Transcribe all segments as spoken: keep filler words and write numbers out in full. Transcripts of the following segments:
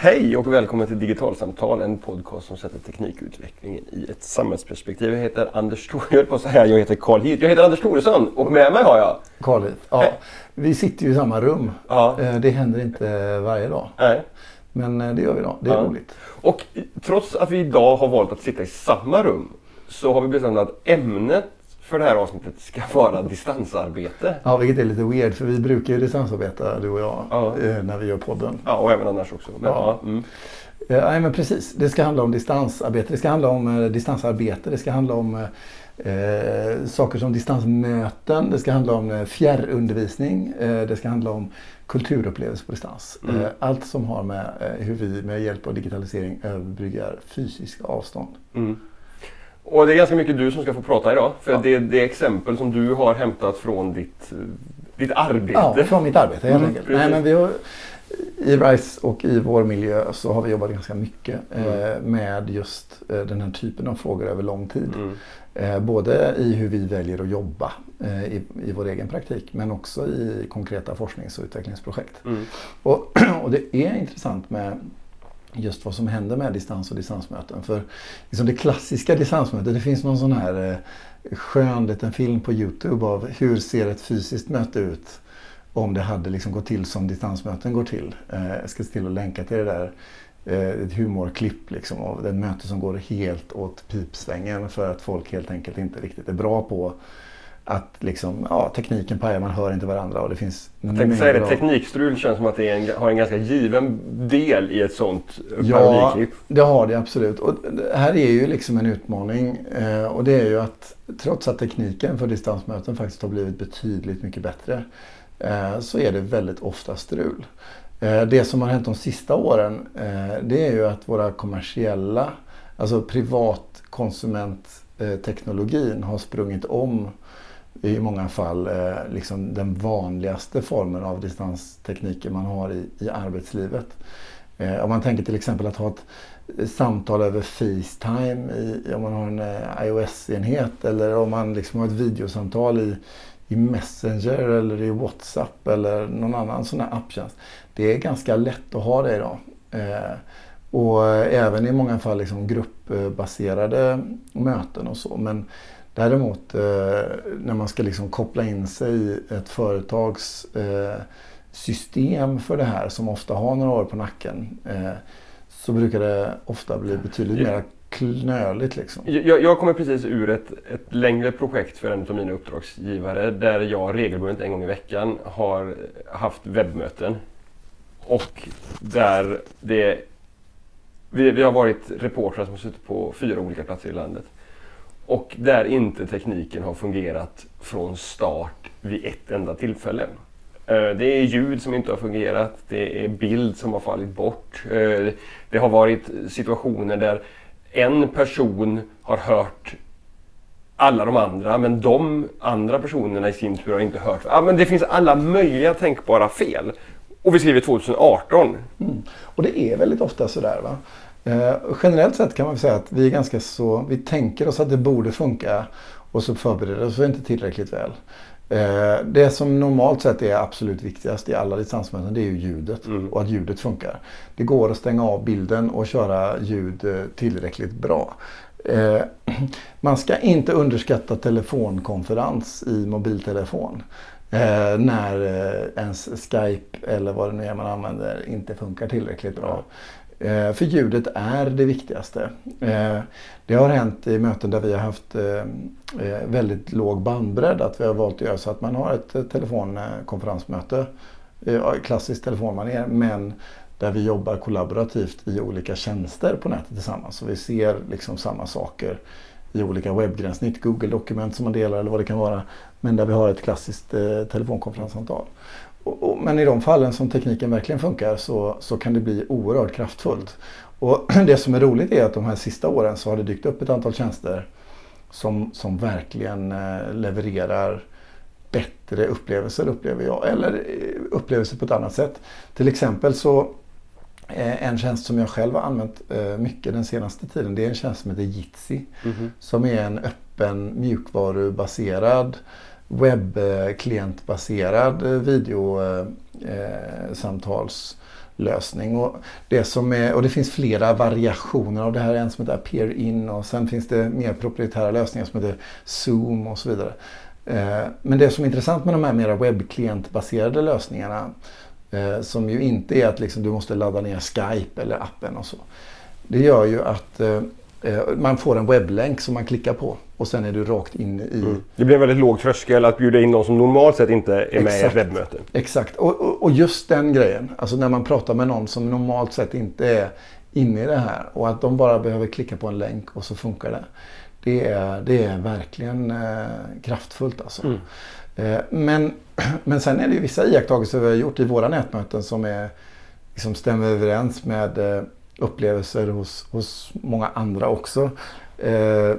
Hej och välkommen till Digitalsamtal, en podcast som sätter teknikutvecklingen i ett samhällsperspektiv. Jag heter Anders Thor, jag på så här, jag heter Carl Hirt. Jag heter Anders Thoresson och med mig har jag Carl Hirt. Ja, Hej. Vi sitter ju i samma rum. Ja. Det händer inte varje dag. Nej. Men det gör vi idag. Det är ja. roligt. Och trots att vi idag har valt att sitta i samma rum så har vi bestämt att ämnet för det här avsnittet ska vara distansarbete. Ja, vilket är lite weird för vi brukar ju distansarbeta, du och jag, ja. när vi gör podden. Ja, och även annars också. Men, ja. Ja, mm. ja, nej, men precis. Det ska handla om distansarbete, det ska handla om eh, distansarbete, det ska handla om eh, saker som distansmöten, det ska handla om eh, fjärrundervisning, eh, det ska handla om kulturupplevelser på distans. Mm. Eh, allt som har med eh, hur vi med hjälp av digitalisering överbryggar fysiska avstånd. Mm. Och det är ganska mycket du som ska få prata idag. För ja. det, det är exempel som du har hämtat från ditt, ditt arbete. Ja, från mitt arbete helt mm, enkelt. Nej, men vi har, i RISE och i vår miljö så har vi jobbat ganska mycket mm. eh, med just eh, den här typen av frågor över lång tid. Mm. Eh, både i hur vi väljer att jobba eh, i, i vår egen praktik men också i konkreta forsknings- och utvecklingsprojekt. Mm. Och, och det är intressant med just vad som händer med distans och distansmöten. För liksom det klassiska distansmötet, det finns någon sån här eh, skön liten film på YouTube av hur ser ett fysiskt möte ut om det hade liksom gått till som distansmöten går till. Eh, jag ska se till att länka till det där eh, ett humorklipp liksom, av det möte som går helt åt pipsvängen för att folk helt enkelt inte riktigt är bra på att liksom, ja, tekniken pajar, man hör inte varandra och det finns... Jag tänkte säga det, teknikstrul känns som att det är en, har en ganska given del i ett sånt ja, parodiklipp. Ja, det har det absolut. Och det här är ju liksom en utmaning eh, och det är ju att trots att tekniken för distansmöten faktiskt har blivit betydligt mycket bättre eh, så är det väldigt ofta strul. Eh, det som har hänt de sista åren eh, det är ju att våra kommersiella, alltså privatkonsumentteknologin har sprungit om i många fall eh, liksom den vanligaste formen av distanstekniker man har i, i arbetslivet. Eh, om man tänker till exempel att ha ett samtal över FaceTime i, om man har en eh, iOS-enhet eller om man liksom har ett videosamtal i, i Messenger eller i WhatsApp eller någon annan sån här apptjänst. Det är ganska lätt att ha det idag. Eh, och även i många fall liksom gruppbaserade möten och så. Men däremot eh, när man ska liksom koppla in sig i ett företags eh, system för det här som ofta har några år på nacken eh, så brukar det ofta bli betydligt mer knöligt. Liksom. Jag, jag kommer precis ur ett, ett längre projekt för en av mina uppdragsgivare där jag regelbundet en gång i veckan har haft webbmöten och där det, vi, vi har varit reportrar som har suttit på fyra olika platser i landet. Och där inte tekniken har fungerat från start vid ett enda tillfälle. Det är ljud som inte har fungerat, det är bild som har fallit bort. Det har varit situationer där en person har hört alla de andra men de andra personerna i sin tur har inte hört. Ja, men det finns alla möjliga tänkbara fel. Och vi skriver tjugoarton. Mm. Och det är väldigt ofta sådär va? Eh, generellt sett kan man säga att vi är ganska så, vi tänker oss att det borde funka och så förbereder oss inte tillräckligt väl. Eh, det som normalt sett är absolut viktigast i alla distansmöten det är ju ljudet mm. och att ljudet funkar. Det går att stänga av bilden och köra ljud tillräckligt bra. Eh, man ska inte underskatta telefonkonferens i mobiltelefon. Eh, när eh, ens Skype eller vad det nu är man använder inte funkar tillräckligt bra. Eh, för ljudet är det viktigaste. Eh, det har hänt i möten där vi har haft eh, väldigt låg bandbredd att vi har valt att göra så att man har ett eh, telefonkonferensmöte, eh, klassiskt telefonmanér, men där vi jobbar kollaborativt i olika tjänster på nätet tillsammans. Så vi ser liksom samma saker i olika webbgränssnitt, Google-dokument som man delar eller vad det kan vara. Men där vi har ett klassiskt eh, telefonkonferenssamtal. Och, och, men i de fallen som tekniken verkligen funkar så, så kan det bli oerhört kraftfullt. Och det som är roligt är att de här sista åren så har det dykt upp ett antal tjänster som, som verkligen eh, levererar bättre upplevelser upplever jag. Eller eh, upplevelser på ett annat sätt. Till exempel så en tjänst som jag själv har använt mycket den senaste tiden, det är en tjänst som heter Jitsi. Mm-hmm. Som är en öppen mjukvarubaserad webbklientbaserad videosamtals lösning. Och det, som är, och det finns flera variationer av det här. En som heter Peer-in och sen finns det mer proprietära lösningar som heter Zoom och så vidare. Eh, men det som är intressant med de här mera webbklientbaserade lösningarna eh, som ju inte är att liksom du måste ladda ner Skype eller appen och så. Det gör ju att eh, man får en webblänk som man klickar på och sen är du rakt in i... Mm. Det blir en väldigt låg tröskel att bjuda in någon som normalt sett inte är med i ett webbmöte. Exakt, och, och, och just den grejen, alltså när man pratar med någon som normalt sett inte är inne i det här och att de bara behöver klicka på en länk och så funkar det. Det är, det är verkligen eh, kraftfullt alltså. Mm. Eh, men, men sen är det ju vissa iakttagelser vi har gjort i våra nätmöten som är, liksom stämmer överens med eh, upplevelser hos, hos många andra också. Eh, eh,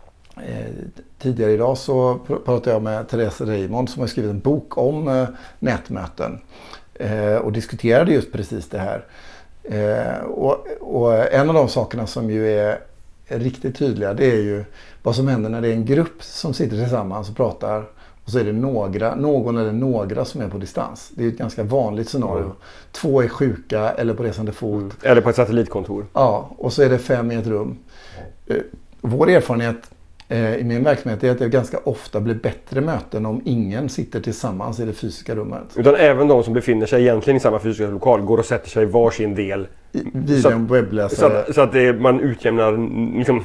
tidigare idag så pratade jag med Therese Raymond som har skrivit en bok om eh, nätmöten eh, och diskuterade just precis det här. Eh, och, och en av de sakerna som ju är riktigt tydliga, det är ju vad som händer när det är en grupp som sitter tillsammans och pratar och så är det några, någon eller några som är på distans. Det är ett ganska vanligt scenario. Mm. Två är sjuka eller på resande fot. Mm. Eller på ett satellitkontor. Ja, och så är det fem i ett rum. Vår erfarenhet eh, i min verksamhet är att det ganska ofta blir bättre möten om ingen sitter tillsammans i det fysiska rummet. Utan även de som befinner sig egentligen i samma fysiska lokal går och sätter sig i varsin del. Vid en webbläsare. Så att, så att det, man utjämnar liksom,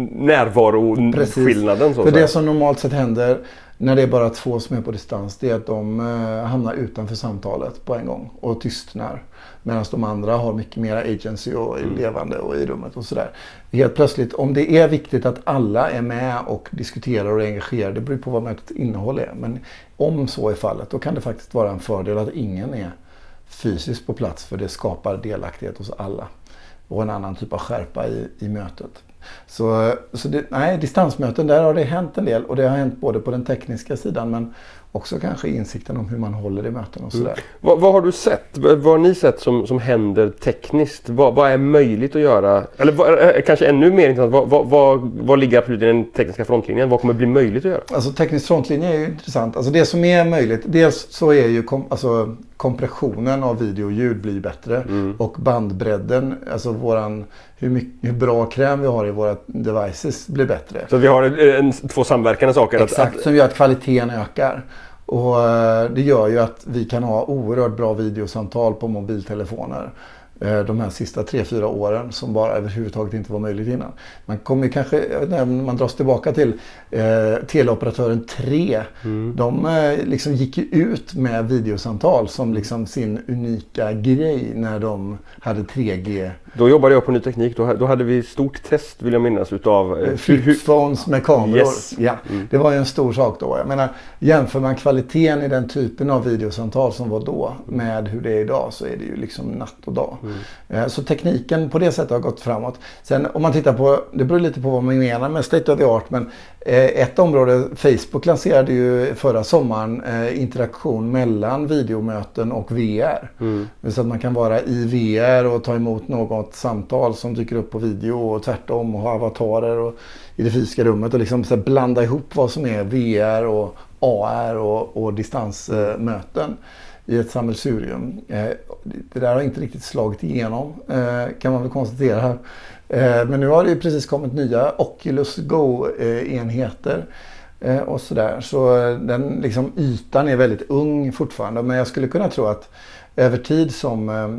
närvaroskillnaden. För det som normalt sett händer när det är bara två som är på distans, det är att de eh, hamnar utanför samtalet på en gång och tystnar. Medan de andra har mycket mer agency och är mm. levande och i rummet och sådär. Helt plötsligt, om det är viktigt att alla är med och diskuterar och är engagerade, det beror på vad mötets innehåll är. Men om så är fallet, då kan det faktiskt vara en fördel att ingen är fysiskt på plats, för det skapar delaktighet hos alla. Och en annan typ av skärpa i, i mötet. Så, så det, nej, distansmöten, där har det hänt en del och det har hänt både på den tekniska sidan men också kanske insikten om hur man håller i möten och sådär. Mm. Vad, vad har du sett? Vad har ni sett som, som händer tekniskt? Vad, vad är möjligt att göra? Eller vad, kanske ännu mer intressant, vad, vad, vad, vad ligger absolut i den tekniska frontlinjen? Vad kommer bli möjligt att göra? Alltså teknisk frontlinje är ju intressant. Alltså det som är möjligt, dels så är ju kom, alltså, kompressionen av video och ljud blir bättre mm. och bandbredden, alltså våran, hur, mycket, hur bra kräm vi har i våra devices blir bättre. Så vi har en, två samverkande saker? Exakt, att, att... som gör att kvaliteten ökar. Och det gör ju att vi kan ha oerhört bra videosamtal på mobiltelefoner de här sista tre fyra åren som bara överhuvudtaget inte var möjligt innan. Man kommer kanske, jag vet inte, man dras tillbaka till eh, teleoperatören tre. Mm. De eh, liksom gick ju ut med videosamtal som liksom sin unika grej när de hade tre G. Då jobbade jag på Ny Teknik, då, då hade vi stort test vill jag minnas utav eh, flipphones med kameror. Yes. Ja, mm. Det var ju en stor sak då. Jag menar, jämför man kvaliteten i den typen av videosamtal som var då med hur det är idag, så är det ju liksom natt och dag. Mm. Så tekniken på det sättet har gått framåt. Sen om man tittar på, det beror lite på vad man menar med state of the art, men ett område, Facebook lanserade ju förra sommaren interaktion mellan videomöten och V R. Mm. Så att man kan vara i V R och ta emot något samtal som dyker upp på video och tvärtom och ha avatarer och, i det fysiska rummet och liksom så blanda ihop vad som är V R och A R och, och distansmöten i ett sammelsurium. Det där har inte riktigt slagit igenom, kan man väl konstatera här. Men nu har det ju precis kommit nya Oculus Go-enheter och sådär. Så den liksom ytan är väldigt ung fortfarande. Men jag skulle kunna tro att över tid som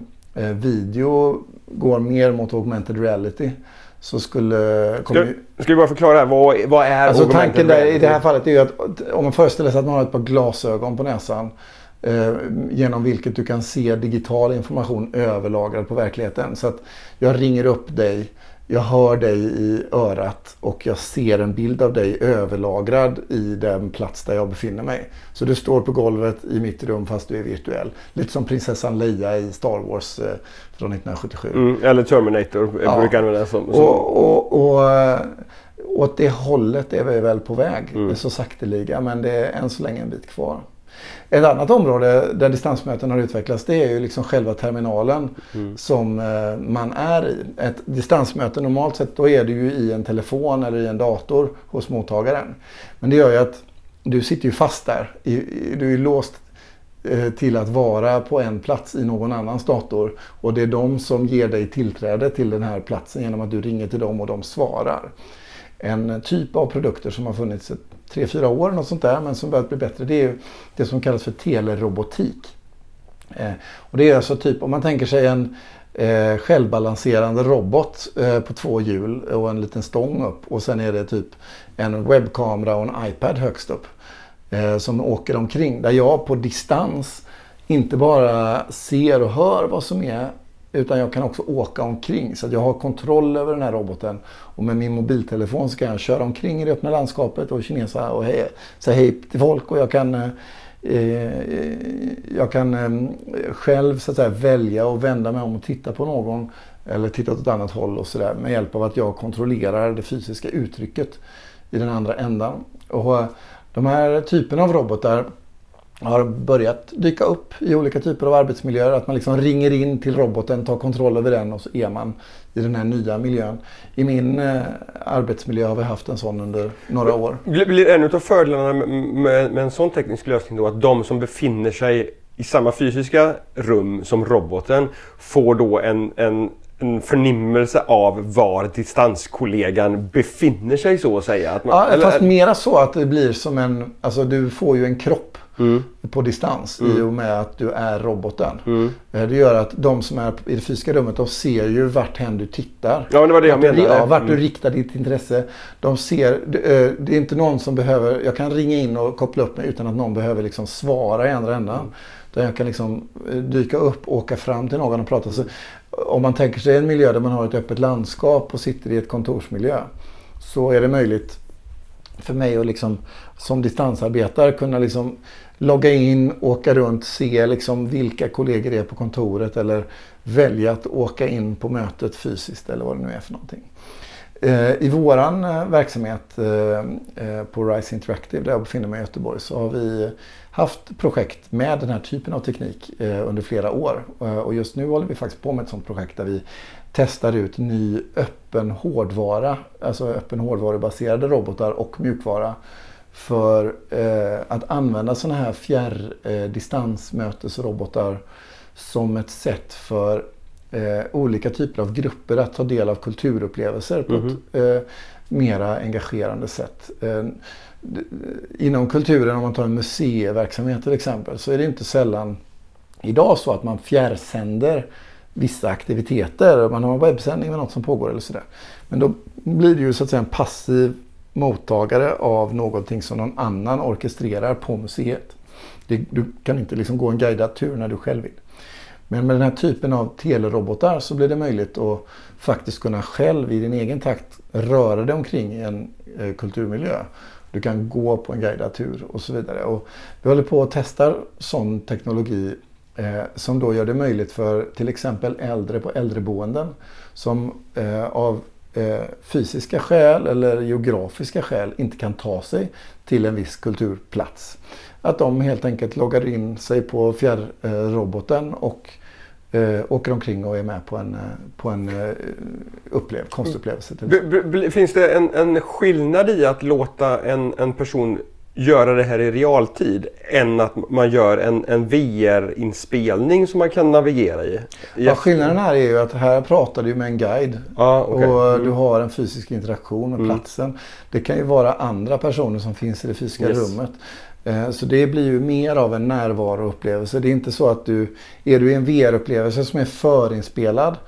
video går mer mot augmented reality så skulle... Ska, ju... ska vi bara förklara här, vad, vad är alltså tanken där, i det här fallet är ju att om man föreställer sig att man har ett par glasögon på näsan eh, genom vilket du kan se digital information överlagrad på verkligheten. Så att jag ringer upp dig, jag hör dig i örat och jag ser en bild av dig överlagrad i den plats där jag befinner mig. Så du står på golvet i mitt rum fast du är virtuell. Lite som prinsessan Leia i Star Wars eh, från nittonhundrasjuttiosju. Mm, eller Terminator ja. brukar använda som, som... Och, och, och, och åt det hållet är vi väl på väg. Mm. Det är så sakteliga, men det är än så länge en bit kvar. Ett annat område där distansmöten har utvecklats, det är ju liksom själva terminalen mm. som eh, man är i. Ett distansmöte normalt sett, då är du ju i en telefon eller i en dator hos mottagaren. Men det gör ju att du sitter ju fast där. I, i, du är låst till att vara på en plats i någon annans dator. Och det är de som ger dig tillträde till den här platsen genom att du ringer till dem och de svarar. En typ av produkter som har funnits ett tre, fyra år något sånt där, men som börjat bli bättre, det är det som kallas för telerobotik. Eh, och det är alltså typ, om man tänker sig en eh, självbalanserande robot eh, på två hjul och en liten stång upp, och sen är det typ en webbkamera och en iPad högst upp eh, som åker omkring, där jag på distans inte bara ser och hör vad som är, utan jag kan också åka omkring, så att jag har kontroll över den här roboten. Och med min mobiltelefon så kan jag köra omkring i det öppna landskapet och kinesa och hej, säga hej till folk. Och jag kan, eh, jag kan eh, själv så att säga, välja och vända mig om och titta på någon. Eller titta åt ett annat håll och sådär. Med hjälp av att jag kontrollerar det fysiska uttrycket i den andra ändan. Och de här typerna av robotar har börjat dyka upp i olika typer av arbetsmiljöer. Att man liksom ringer in till roboten, tar kontroll över den och så är man i den här nya miljön. I min eh, arbetsmiljö har vi haft en sån under några år. Blir en av fördelarna med, med, med en sån teknisk lösning då att de som befinner sig i samma fysiska rum som roboten får då en, en, en förnimmelse av var distanskollegan befinner sig, så att säga? Att man, ja, eller, fast mera så att det blir som en, alltså du får ju en kropp. Mm. på distans mm. i och med att du är roboten. Mm. Det gör att de som är i det fysiska rummet, de ser ju vart hen du tittar. Ja, det var det jag menade. Ja, vart mm. du riktar ditt intresse. De ser, det är inte någon som behöver, jag kan ringa in och koppla upp mig utan att någon behöver liksom svara i andra ändan. Mm. Där jag kan liksom dyka upp, åka fram till någon och prata. Så om man tänker sig en miljö där man har ett öppet landskap och sitter i ett kontorsmiljö, så är det möjligt för mig att liksom, som distansarbetare kunna liksom logga in, åka runt, se liksom vilka kollegor det är på kontoret eller välja att åka in på mötet fysiskt eller vad det nu är för någonting. Eh, I våran eh, verksamhet eh, på Rise Interactive, där jag befinner mig i Göteborg, så har vi haft projekt med den här typen av teknik eh, under flera år. Eh, och just nu håller vi faktiskt på med ett sådant projekt där vi testar ut ny öppen hårdvara, alltså öppen hårdvarubaserade robotar och mjukvara för eh, att använda sådana här fjärrdistansmötesrobotar eh, som ett sätt för eh, olika typer av grupper att ta del av kulturupplevelser på mm-hmm. ett eh, mera engagerande sätt. Eh, inom kulturen, om man tar en museiverksamhet till exempel, så är det inte sällan idag så att man fjärrsänder vissa aktiviteter. Man har en webbsändning med något som pågår eller sådär. Men då blir det ju så att säga en passiv mottagare av någonting som någon annan orkestrerar på museet. Det, du kan inte liksom gå en guidad tur när du själv vill. Men med den här typen av telerobotar så blir det möjligt att faktiskt kunna själv i din egen takt röra dig omkring i en eh, kulturmiljö. Du kan gå på en guidad tur och så vidare. Och vi håller på att testa sån teknologi eh, som då gör det möjligt för till exempel äldre på äldreboenden som eh, av eh, fysiska skäl eller geografiska skäl inte kan ta sig till en viss kulturplats. Att de helt enkelt loggar in sig på fjärrroboten och eh, åker omkring och är med på en, på en eh, upplev, konstupplevelse. B- b- finns det en, en skillnad i att låta en, en person göra det här i realtid än att man gör en, en V R-inspelning som man kan navigera i? Ja, skillnaden här är ju att här pratar du med en guide ah, okay. och mm. du har en fysisk interaktion med mm. platsen. Det kan ju vara andra personer som finns i det fysiska yes. rummet. Så det blir ju mer av en närvaroupplevelse. Det är inte så att du, är du i en V R-upplevelse som är förinspelad,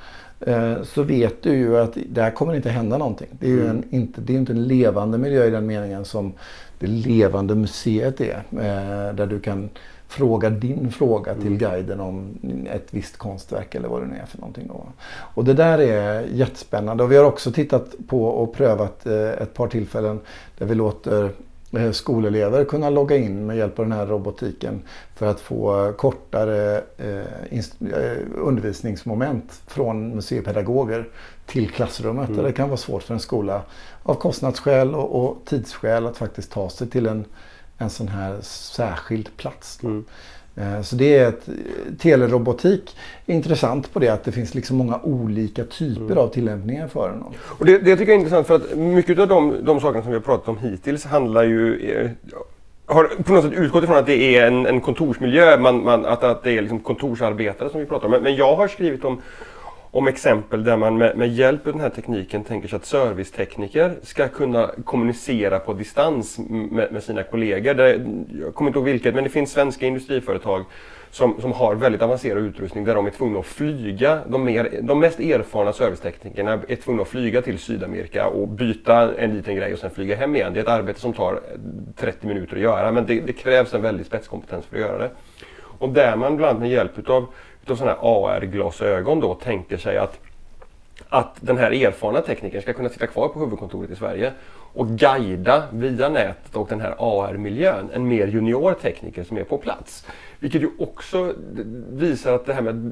så vet du ju att där kommer inte hända någonting. Det är ju en, inte, det är inte en levande miljö i den meningen som det levande museet är. Där du kan fråga din fråga till mm. guiden om ett visst konstverk eller vad det nu är för någonting då. Och det där är jättespännande. Och vi har också tittat på och prövat ett par tillfällen där vi låter skolelever kunna logga in med hjälp av den här robotiken för att få kortare eh, inst- undervisningsmoment från museipedagoger till klassrummet. Mm. Där det kan vara svårt för en skola av kostnadsskäl och, och tidsskäl att faktiskt ta sig till en, en sån här särskild plats. Mm. Eh, så det är ett telerobotik är intressant på det att det finns liksom många olika typer mm. av tillämpningar för den. Och det, det tycker jag är intressant för att mycket av de, de sakerna som vi har pratat om hittills handlar ju har på något sätt utgått ifrån att det är en, en kontorsmiljö, man, man, att, att det är liksom kontorsarbetare som vi pratar om. Men, men jag har skrivit om, om exempel där man med, med hjälp av den här tekniken tänker sig att servicetekniker ska kunna kommunicera på distans med, med sina kollegor. Det, jag kommer inte ihåg vilket, men det finns svenska industriföretag Som, som har väldigt avancerad utrustning där de är tvungna att flyga. De, mer, de mest erfarna serviceteknikerna är tvungna att flyga till Sydamerika och byta en liten grej och sen flyga hem igen. Det är ett arbete som tar trettio minuter att göra, men det, det krävs en väldigt spetskompetens för att göra det. Och där man bland annat med hjälp utav, utav sådana här A R-glasögon då tänker sig att, att den här erfarna teknikern ska kunna sitta kvar på huvudkontoret i Sverige och guida via nätet och den här A R-miljön en mer junior tekniker som är på plats. Vilket ju också visar att det här med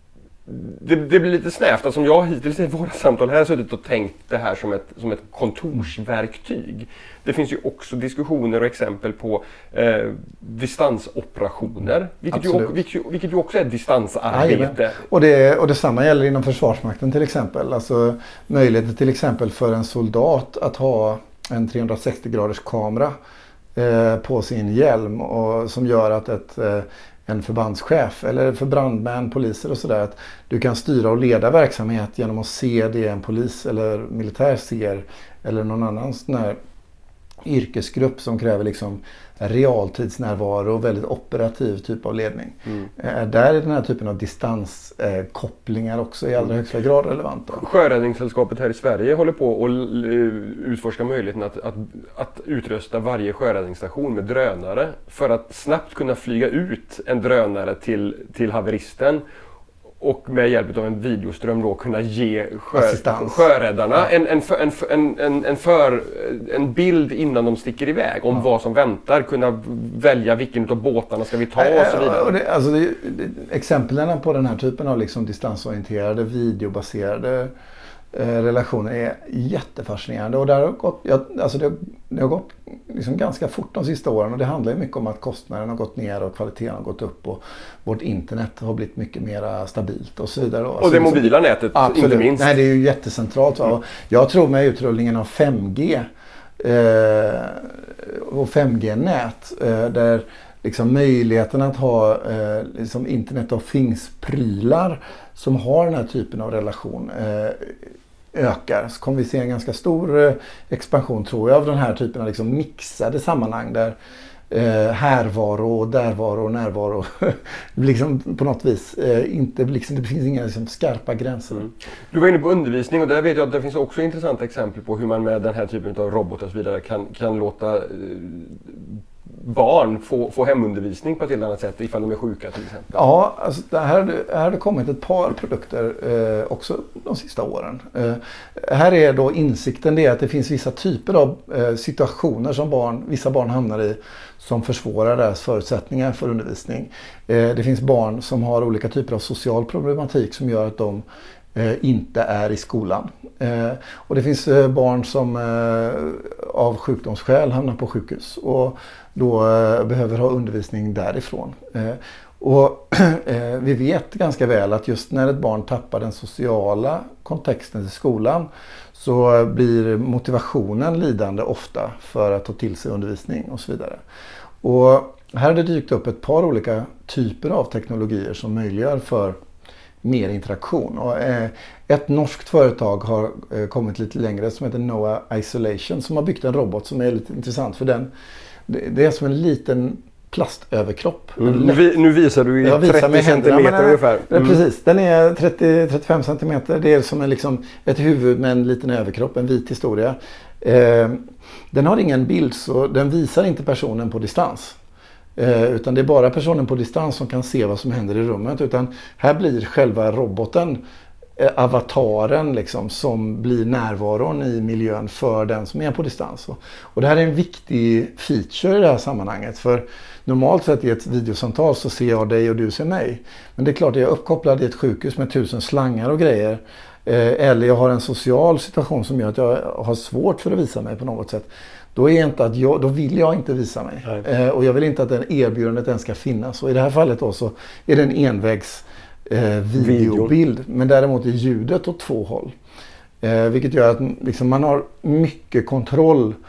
det, det blir lite snävt. Alltså, som jag hittills i våra samtal här har suttit och tänkt det här som ett, som ett kontorsverktyg. Det finns ju också diskussioner och exempel på eh, distansoperationer. Vilket ju, vilket, vilket ju också är ett distansarbete. Och det, och detsamma gäller inom Försvarsmakten till exempel. Alltså möjligheten till exempel för en soldat att ha en trehundrasextio graders kamera eh, på sin hjälm och som gör att ett eh, en förbandschef eller för brandmän, poliser och sådär, att du kan styra och leda verksamhet genom att se det en polis eller militär ser eller någon annan sån här yrkesgrupp som kräver liksom realtidsnärvaro och väldigt operativ typ av ledning. Mm. Eh, där är den här typen av distanskopplingar eh, också i allra högsta grad relevanta. Sjöräddningssällskapet här i Sverige håller på att utforska möjligheten att, att, att utrusta varje sjöräddningsstation med drönare för att snabbt kunna flyga ut en drönare till, till haveristen och med hjälp av en videoström då kunna ge sjö, sjöräddarna ja. en, en, en, en, en, en, för, en bild innan de sticker iväg om ja. vad som väntar. Kunna välja vilken av båtarna ska vi ta och så vidare. Och det, alltså det, det, exemplen på den här typen av liksom distansorienterade, videobaserade eh, relationer är jättefascinerande. Och där har gått, jag, alltså det, det har gått liksom ganska fort de sista åren och det handlar ju mycket om att kostnaden har gått ner och kvaliteten har gått upp och vårt internet har blivit mycket mer stabilt och så vidare. Och det mobila nätet absolut. Inte minst. Nej, det är ju jättecentralt. Mm. Jag tror med utrullningen av fem G eh, och fem G-nät eh, där liksom möjligheten att ha eh, liksom internet of things-prylar som har den här typen av relation eh, ökar, så kommer vi se en ganska stor eh, expansion tror jag av den här typen av liksom mixade sammanhang där eh, härvaro och därvaro och närvaro liksom på något vis eh, inte liksom, det finns inga liksom, skarpa gränser. Mm. Du var inne på undervisning och där vet jag att det finns också intressanta exempel på hur man med den här typen av robotar och så vidare kan, kan låta eh, barn få, få hemundervisning på ett helt annat sätt ifall de är sjuka till exempel. Ja, alltså det här, här har det kommit ett par produkter eh, också de sista åren. Eh, här är då insikten det att det finns vissa typer av eh, situationer som barn, vissa barn hamnar i som försvårar deras förutsättningar för undervisning. Eh, det finns barn som har olika typer av social problematik som gör att de eh, inte är i skolan. Eh, och det finns eh, barn som eh, av sjukdomsskäl hamnar på sjukhus och då eh, behöver ha undervisning därifrån. Eh, och eh, vi vet ganska väl att just när ett barn tappar den sociala kontexten till skolan så blir motivationen lidande ofta för att ta till sig undervisning och så vidare. Och här har det dykt upp ett par olika typer av teknologier som möjliggör för mer interaktion. Och, eh, ett norskt företag har eh, kommit lite längre som heter Noah Isolation som har byggt en robot som är lite intressant för den. Det, det är som en liten plastöverkropp. Mm. Nu, nu visar du i trettio centimeter ungefär. Mm. Precis, den är trettio till trettiofem centimeter. Det är som en, liksom, ett huvud med en liten överkropp, en vit historia. Eh, den har ingen bild så den visar inte personen på distans. Eh, utan det är bara personen på distans som kan se vad som händer i rummet. Utan här blir själva roboten, eh, avataren liksom, som blir närvaron i miljön för den som är på distans. Och, och det här är en viktig feature i det här sammanhanget. För normalt sett i ett videosamtal så ser jag dig och du ser mig. Men det är klart att jag är uppkopplad i ett sjukhus med tusen slangar och grejer. Eh, eller jag har en social situation som gör att jag har svårt för att visa mig på något sätt. Då, är inte att jag, då vill jag inte visa mig. Eh, och jag vill inte att den erbjudandet ens ska finnas. Och i det här fallet då så är det en envägs eh, videobild. Video. Men däremot är ljudet åt två håll. Eh, vilket gör att liksom, man har mycket kontroll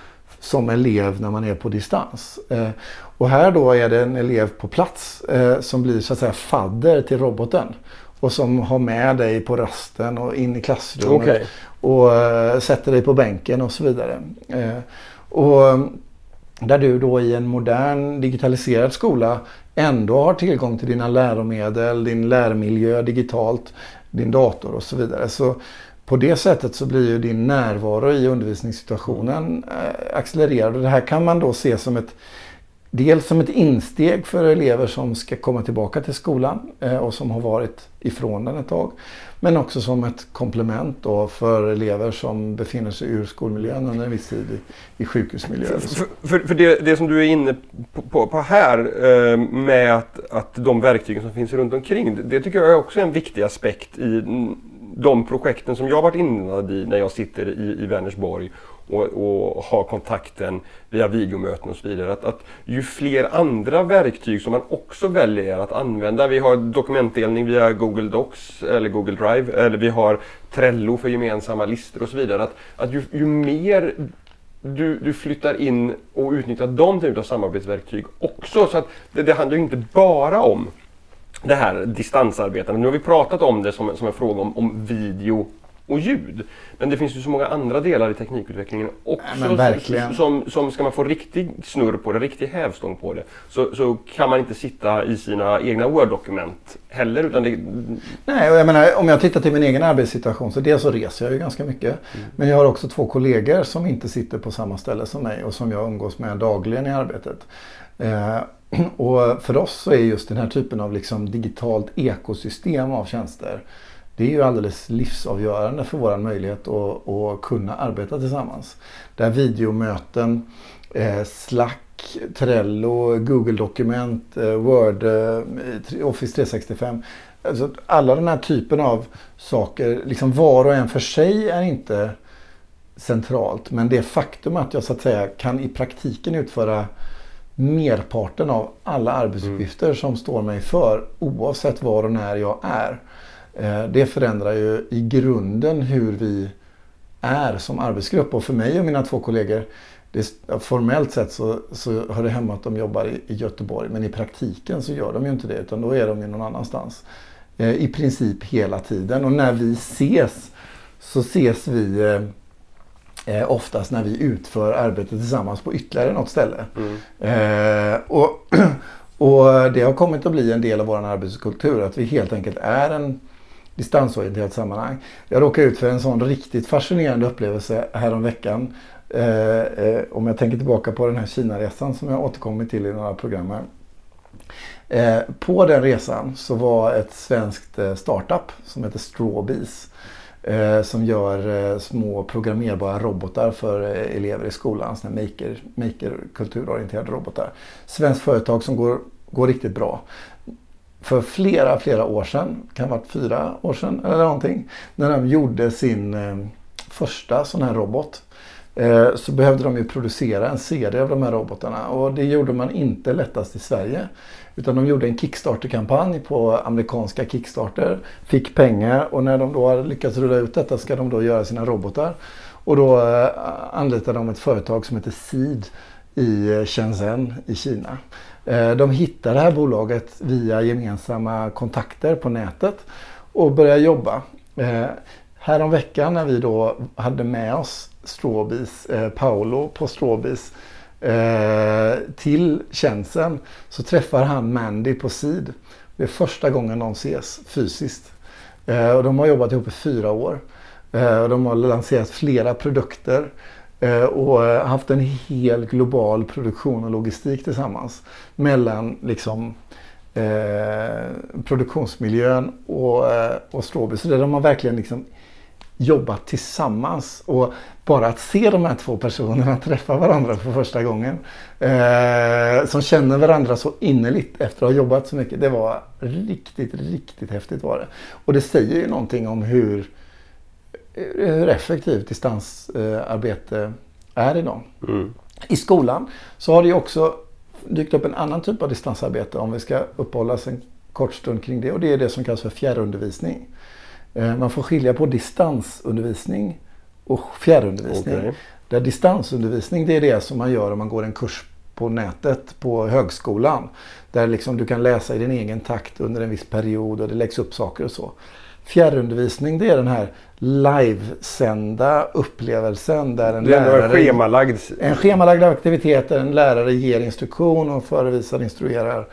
som elev när man är på distans. Eh, och här då är det en elev på plats eh, som blir så att säga fadder till roboten. Och som har med dig på rasten och in i klassrummet. Okay. Och eh, sätter dig på bänken och så vidare. Eh, och där du då i en modern digitaliserad skola ändå har tillgång till dina läromedel, din lärmiljö digitalt, din dator och så vidare. Så på det sättet så blir ju din närvaro i undervisningssituationen eh, accelererad. Och det här kan man då se som ett, dels som ett insteg för elever som ska komma tillbaka till skolan eh, och som har varit ifrån den ett tag. Men också som ett komplement då för elever som befinner sig ur skolmiljön under en viss tid i, i sjukhusmiljö. För, för, för det, det som du är inne på, på, på här eh, med att, att de verktygen som finns runt omkring, det, det tycker jag är också en viktig aspekt i de projekten som jag har varit inblandad i när jag sitter i, i Vänersborg och, och har kontakten via videomöten och så vidare. Att, att ju fler andra verktyg som man också väljer att använda. Vi har dokumentdelning via Google Docs eller Google Drive, eller vi har Trello för gemensamma listor och så vidare. Att, att ju, ju mer du, du flyttar in och utnyttjar de typer av samarbetsverktyg också. Så att det, det handlar ju inte bara om det här distansarbetet. Nu har vi pratat om det som, som en fråga om, om video och ljud. Men det finns ju så många andra delar i teknikutvecklingen också. Ja, verkligen. Som, som ska man få riktig snurr på det, riktig hävstång på det. Så, så kan man inte sitta i sina egna Word-dokument heller. Utan det... Nej, och jag menar, om jag tittar till min egen arbetssituation så dels så reser jag ju ganska mycket. Mm. Men jag har också två kollegor som inte sitter på samma ställe som mig och som jag umgås med dagligen i arbetet. Eh, och för oss så är just den här typen av liksom digitalt ekosystem av tjänster, det är ju alldeles livsavgörande för vår möjlighet att, att kunna arbeta tillsammans. Där videomöten, eh, Slack, Trello, Google-dokument, eh, Word, eh, Office tre sextiofem. Alltså alla den här typen av saker, liksom var och en för sig är inte centralt. Men det faktum att jag så att säga kan i praktiken utföra merparten av alla arbetsuppgifter mm. som står mig för, oavsett var och när jag är. Det förändrar ju i grunden hur vi är som arbetsgrupp. Och för mig och mina två kollegor, det, formellt sett så, så hör det hemma att de jobbar i, i Göteborg. Men i praktiken så gör de ju inte det, utan då är de ju någon annanstans. I princip hela tiden. Och när vi ses så ses vi eh, oftast när vi utför arbetet tillsammans på ytterligare något ställe. Mm. Eh, och, och det har kommit att bli en del av vår arbetskultur, att vi helt enkelt är en distansorienterat sammanhang. Jag råkade ut för en sån riktigt fascinerande upplevelse här om veckan. Eh, eh, om jag tänker tillbaka på den här Kina-resan som jag återkommit till i några program här. Eh, på den resan så var ett svenskt eh, startup som heter Strawbees eh, som gör eh, små programmerbara robotar för eh, elever i skolan. Såna maker, maker kulturorienterade robotar. Svenskt företag som går, går riktigt bra. För flera, flera år sedan, kan ha varit fyra år sedan eller någonting, när de gjorde sin eh, första sån här robot, eh, så behövde de ju producera en serie av de här robotarna. Och det gjorde man inte lättast i Sverige, utan de gjorde en Kickstarter-kampanj på amerikanska Kickstarter, fick pengar, och när de då hade lyckats rulla ut detta ska de då göra sina robotar. Och då eh, anlitade de ett företag som heter Seed i Shenzhen i Kina. De hittar det här bolaget via gemensamma kontakter på nätet och börjar jobba. Eh, härom veckan när vi då hade med oss Strawbees, eh, Paolo på Strawbees eh, till Shenzhen, så träffar han Mandy på Seed. Det är första gången de ses fysiskt. Eh, och de har jobbat ihop i fyra år. Eh, och de har lanserat flera produkter. Och haft en hel global produktion och logistik tillsammans mellan liksom, eh, produktionsmiljön och, och Strawbees. Så där de har verkligen liksom jobbat tillsammans. Och bara att se de här två personerna träffa varandra för första gången, eh, som känner varandra så innerligt efter att ha jobbat så mycket, det var riktigt, riktigt häftigt var det. Och det säger ju någonting om hur hur effektivt distansarbete är idag. Mm. I skolan så har det ju också dykt upp en annan typ av distansarbete, om vi ska uppehålla oss en kort stund kring det, och det är det som kallas för fjärrundervisning. Man får skilja på distansundervisning och fjärrundervisning. Okay. Där distansundervisning, det är det som man gör om man går en kurs på nätet på högskolan. Där liksom du kan läsa i din egen takt under en viss period och det läggs upp saker och så. Fjärrundervisning, det är den här livesända upplevelsen där en det är lärare... En schemalagd... En schemalagd aktivitet där en lärare ger instruktion och förevisar, instruerar,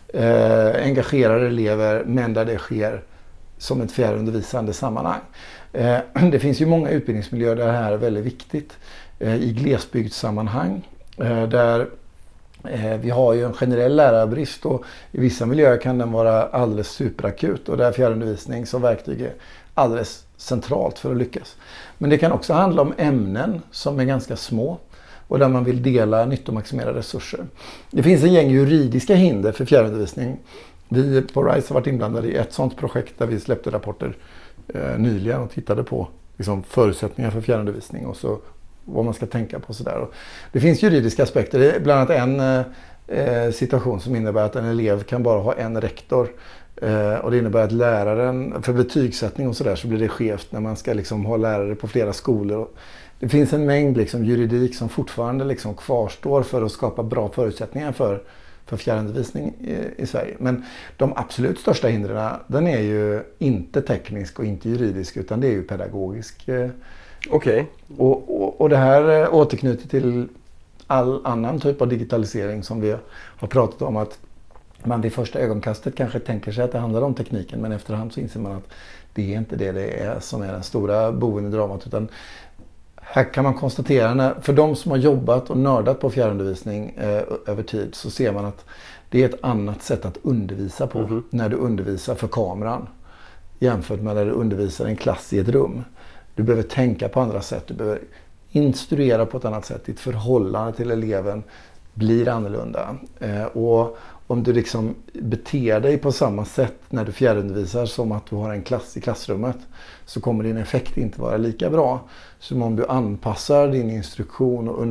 eh, engagerar elever, men där det sker som ett fjärrundervisande sammanhang. Eh, det finns ju många utbildningsmiljöer där det här är väldigt viktigt. Eh, I glesbygdssammanhang eh, där eh, vi har ju en generell lärarbrist och i vissa miljöer kan den vara alldeles superakut och där fjärrundervisning som verktyg är alldeles centralt för att lyckas. Men det kan också handla om ämnen som är ganska små och där man vill dela nyttomaximera resurser. Det finns en gäng juridiska hinder för fjärrundervisning. Vi på RISE har varit inblandade i ett sådant projekt där vi släppte rapporter eh, nyligen och tittade på liksom, förutsättningar för fjärrundervisning och så vad man ska tänka på. Sådär. Och det finns juridiska aspekter. Det är bland annat en eh, situation som innebär att en elev kan bara ha en rektor. Eh, och det innebär att läraren, för betygssättning och sådär så blir det skevt när man ska liksom, ha lärare på flera skolor. Det finns en mängd liksom, juridik som fortfarande liksom, kvarstår för att skapa bra förutsättningar för för fjärrundervisning i, i Sverige. Men de absolut största hindren, den är ju inte teknisk och inte juridisk utan det är ju pedagogisk. Okej. Okay. Och, och, och det här återknyter till all annan typ av digitalisering som vi har pratat om, att man vid första ögonkastet kanske tänker sig att det handlar om tekniken, men efterhand så inser man att det är inte det det är som är den stora boven i dramat, utan här kan man konstatera, när, för de som har jobbat och nördat på fjärrundervisning eh, över tid, så ser man att det är ett annat sätt att undervisa på mm-hmm. när du undervisar för kameran jämfört med när du undervisar en klass i ett rum. Du behöver tänka på andra sätt, du behöver instruera på ett annat sätt, ditt förhållande till eleven blir annorlunda. Eh, och om du liksom beter dig på samma sätt när du fjärrundervisar som att du har en klass i klassrummet, så kommer din effekt inte vara lika bra som om du anpassar din instruktion och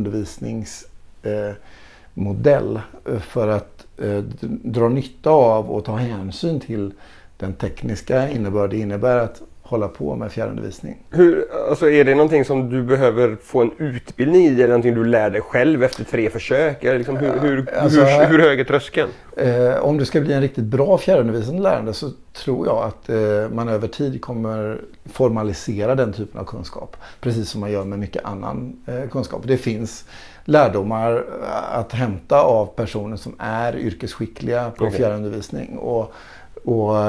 undervisningsmodell eh, för att eh, dra nytta av och ta hänsyn till den tekniska innebörd det innebär att hålla på med fjärrundervisning. Hur, alltså är det någonting som du behöver få en utbildning i, eller någonting du lär dig själv efter tre försök? Eller liksom, hur, hur, alltså, hur, hur hög är tröskeln? Eh, om du ska bli en riktigt bra fjärrundervisande lärare så tror jag att eh, man över tid kommer formalisera den typen av kunskap. Precis som man gör med mycket annan eh, kunskap. Det finns lärdomar att hämta av personer som är yrkesskickliga på okay. fjärrundervisning. Och Och,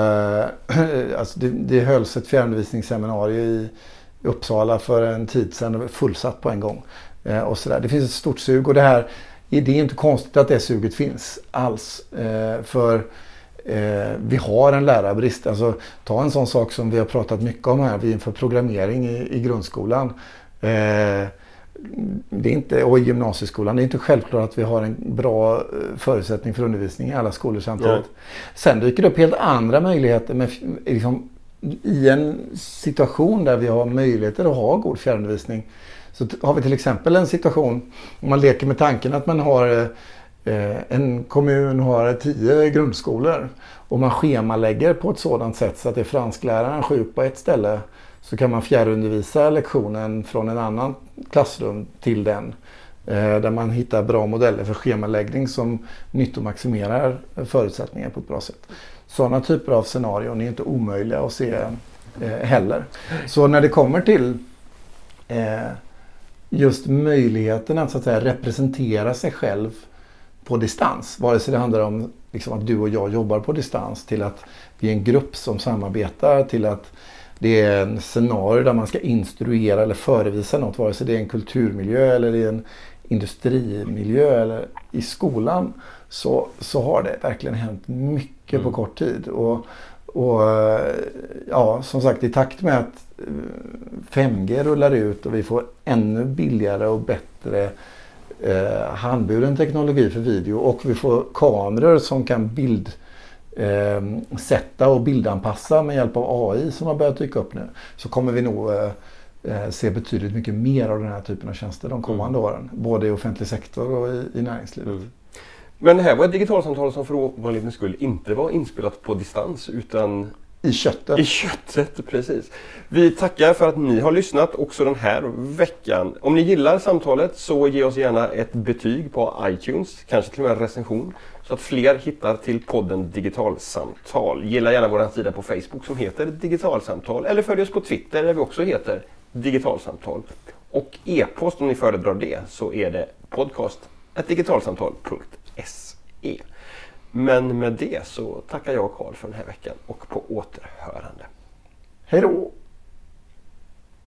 alltså det, det hölls ett fjärrundervisningsseminarium i Uppsala för en tid sedan, fullsatt på en gång. Eh, och så där. Det finns ett stort sug och det här, det är inte konstigt att det suget finns alls. Eh, för eh, vi har en lärarbrist. Alltså, ta en sån sak som vi har pratat mycket om här, vi inför programmering i, i grundskolan. Eh, Det är inte, och i gymnasieskolan, det är inte självklart att vi har en bra förutsättning för undervisning i alla skolor samtidigt. Ja. Sen dyker det upp helt andra möjligheter med, liksom, i en situation där vi har möjligheter att ha god fjärrundervisning. Så har vi till exempel en situation, om man leker med tanken att man har eh, en kommun har tio grundskolor och man schemalägger på ett sådant sätt så att det är franskläraren sjuk på ett ställe, så kan man fjärrundervisa lektionen från en annan klassrum till den. Eh, där man hittar bra modeller för schemaläggning som nyttomaximerar förutsättningar på ett bra sätt. Sådana typer av scenarion är inte omöjliga att se eh, heller. Så när det kommer till eh, just möjligheten att, så att säga, representera sig själv på distans, vare sig det handlar om liksom, att du och jag jobbar på distans, till att vi är en grupp som samarbetar, till att det är en scenario där man ska instruera eller förevisa något, vare sig det är en kulturmiljö eller i en industrimiljö eller i skolan, så, så har det verkligen hänt mycket mm. på kort tid. Och, och ja, som sagt, i takt med att fem G rullar ut och vi får ännu billigare och bättre eh, handburen teknologi för video, och vi får kameror som kan bild Eh, sätta och bildanpassa med hjälp av A I som har börjat dyka upp nu, så kommer vi nog eh, se betydligt mycket mer av den här typen av tjänster de kommande mm. åren, både i offentlig sektor och i, i näringslivet. Mm. Men det här var ett digitalsamtal som för ovanlighetens skull inte var inspelat på distans utan I köttet. I köttet, precis. Vi tackar för att ni har lyssnat också den här veckan. Om ni gillar samtalet så ge oss gärna ett betyg på iTunes, kanske till och med en recension, så att fler hittar till podden Digitalsamtal. Gilla gärna vår sida på Facebook som heter Digitalsamtal, eller följ oss på Twitter där vi också heter Digitalsamtal. Och e-post om ni föredrar det så är det podcast snabel-a digitalsamtal punkt se. Men med det så tackar jag Carl för den här veckan och på återhörande. Hej då!